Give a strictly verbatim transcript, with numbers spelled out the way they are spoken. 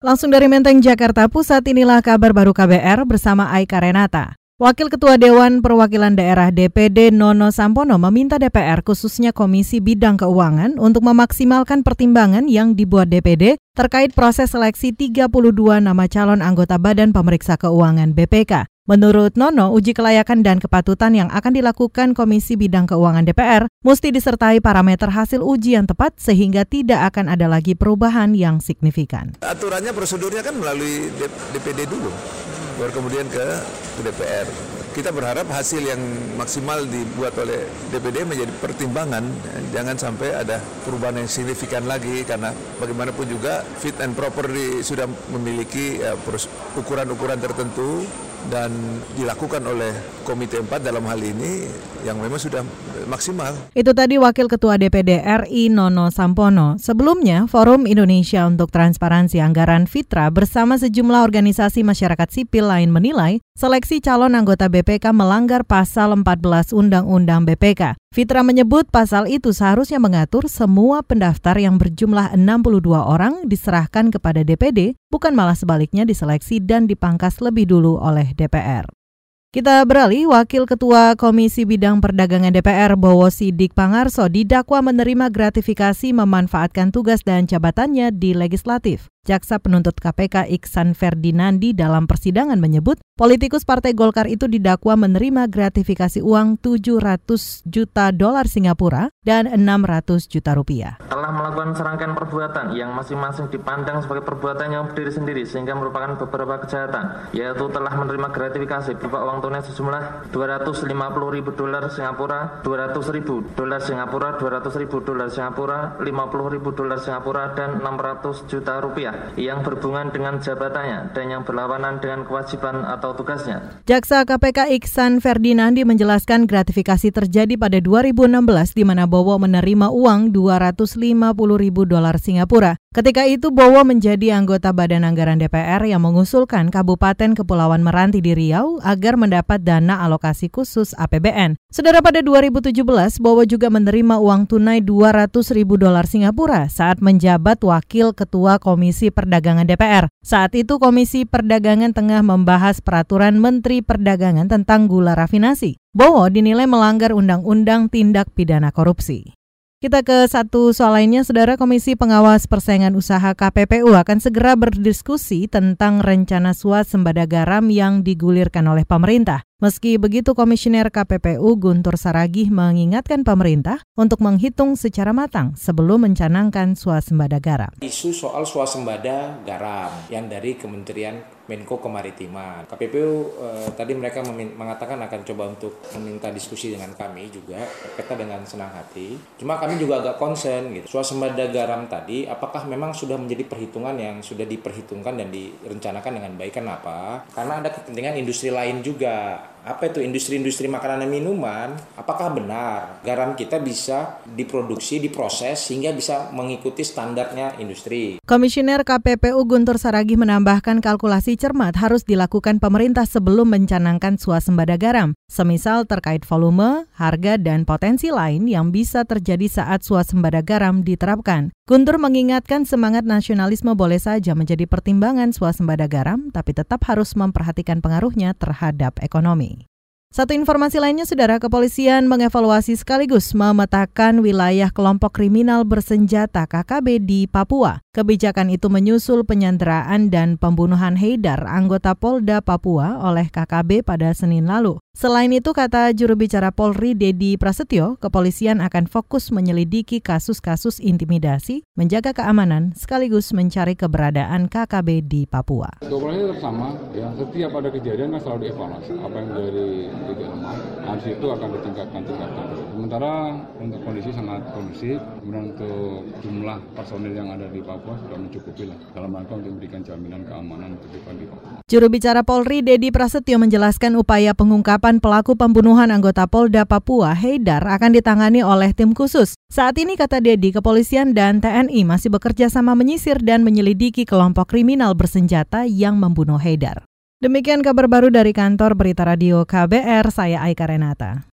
Langsung dari Menteng, Jakarta Pusat, inilah kabar baru K B R bersama Aika Renata. Wakil Ketua Dewan Perwakilan Daerah D P D Nono Sampono meminta D P R khususnya Komisi Bidang Keuangan untuk memaksimalkan pertimbangan yang dibuat D P D terkait proses seleksi tiga puluh dua nama calon anggota Badan Pemeriksa Keuangan B P K. Menurut Nono, uji kelayakan dan kepatutan yang akan dilakukan Komisi Bidang Keuangan D P R mesti disertai parameter hasil uji yang tepat sehingga tidak akan ada lagi perubahan yang signifikan. Aturannya, prosedurnya kan melalui D P D dulu, baru kemudian ke, ke D P R. Kita berharap hasil yang maksimal dibuat oleh D P D menjadi pertimbangan, jangan sampai ada perubahan yang signifikan lagi karena bagaimanapun juga fit and proper di, sudah memiliki ya, ukuran-ukuran tertentu dan dilakukan oleh Komite empat dalam hal ini yang memang sudah maksimal. Itu tadi Wakil Ketua D P D R I Nono Sampono. Sebelumnya, Forum Indonesia untuk Transparansi Anggaran Fitra bersama sejumlah organisasi masyarakat sipil lain menilai seleksi calon anggota B P K melanggar pasal empat belas Undang-Undang B P K. Fitra menyebut pasal itu seharusnya mengatur semua pendaftar yang berjumlah enam puluh dua orang diserahkan kepada D P D, bukan malah sebaliknya diseleksi dan dipangkas lebih dulu oleh D P R. Kita beralih, Wakil Ketua Komisi Bidang Perdagangan D P R Bowo Sidik Pangarso didakwa menerima gratifikasi memanfaatkan tugas dan jabatannya di legislatif. Jaksa penuntut K P K Iksan Ferdinandi dalam persidangan menyebut politikus Partai Golkar itu didakwa menerima gratifikasi uang tujuh ratus juta dolar Singapura dan enam ratus juta rupiah. Telah melakukan serangkaian perbuatan yang masing-masing dipandang sebagai perbuatan yang berdiri sendiri sehingga merupakan beberapa kejahatan, yaitu telah menerima gratifikasi berupa uang tunai sejumlah dua ratus lima puluh ribu dolar Singapura, dua ratus ribu dolar Singapura, dua ratus ribu dolar Singapura, lima puluh ribu dolar Singapura, dan enam ratus juta rupiah yang berhubungan dengan jabatannya dan yang berlawanan dengan kewajiban atau tugasnya. Jaksa K P K Iksan Ferdinandi menjelaskan gratifikasi terjadi pada dua ribu enam belas di mana Bowo menerima uang dua ratus lima puluh ribu dolar Singapura. Ketika itu Bowo menjadi anggota Badan Anggaran D P R yang mengusulkan Kabupaten Kepulauan Meranti di Riau agar mendapat dana alokasi khusus A P B N. Saudara, pada dua ribu tujuh belas Bowo juga menerima uang tunai dua ratus ribu dolar Singapura saat menjabat Wakil Ketua Komisi Perdagangan D P R. Saat itu Komisi Perdagangan tengah membahas peraturan Menteri Perdagangan tentang gula rafinasi. Bowo dinilai melanggar Undang-Undang Tindak Pidana Korupsi. Kita ke satu soal lainnya, Saudara. Komisi Pengawas Persaingan Usaha K P P U akan segera berdiskusi tentang rencana swasembada garam yang digulirkan oleh pemerintah. Meski begitu, Komisioner K P P U Guntur Saragih mengingatkan pemerintah untuk menghitung secara matang sebelum mencanangkan swasembada garam. Isu soal swasembada garam yang dari Kementerian Menko Kemaritiman. K P P U eh, tadi mereka memin- mengatakan akan coba untuk meminta diskusi dengan kami juga, kita dengan senang hati. Cuma kami juga agak concern gitu. Swasembada garam tadi apakah memang sudah menjadi perhitungan yang sudah diperhitungkan dan direncanakan dengan baik? Kenapa? Karena ada kepentingan industri lain juga. Apa itu industri-industri makanan dan minuman? Apakah benar garam kita bisa diproduksi, diproses sehingga bisa mengikuti standarnya industri? Komisioner K P P U Guntur Saragih menambahkan kalkulasi cermat harus dilakukan pemerintah sebelum mencanangkan swasembada garam, semisal terkait volume, harga, dan potensi lain yang bisa terjadi saat swasembada garam diterapkan. Guntur mengingatkan semangat nasionalisme boleh saja menjadi pertimbangan swasembada garam, tapi tetap harus memperhatikan pengaruhnya terhadap ekonomi. Satu informasi lainnya, Saudara, kepolisian mengevaluasi sekaligus memetakan wilayah kelompok kriminal bersenjata K K B di Papua. Kebijakan itu menyusul penyanderaan dan pembunuhan Haidar, anggota Polda Papua, oleh K K B pada Senin lalu. Selain itu, kata juru bicara Polri Dedi Prasetyo, kepolisian akan fokus menyelidiki kasus-kasus intimidasi, menjaga keamanan, sekaligus mencari keberadaan K K B di Papua. Dokumennya tetap sama, ya. Setiap ada kejadian kan selalu dievaluasi apa yang menjadi titik lemah. Habis itu akan ditingkatkan tingkatkan. Sementara untuk kondisi sangat kondusif, kemudian untuk jumlah personil yang ada di Papua sudah mencukupi lah dalam rangka untuk memberikan jaminan keamanan terdepan di Papua. Juru bicara Polri Dedi Prasetyo menjelaskan upaya pengungkapan pelaku pembunuhan anggota Polda Papua Haidar akan ditangani oleh tim khusus. Saat ini, kata Dedi, kepolisian dan T N I masih bekerja sama menyisir dan menyelidiki kelompok kriminal bersenjata yang membunuh Haidar. Demikian kabar baru dari kantor Berita Radio K B R, saya Aika Renata.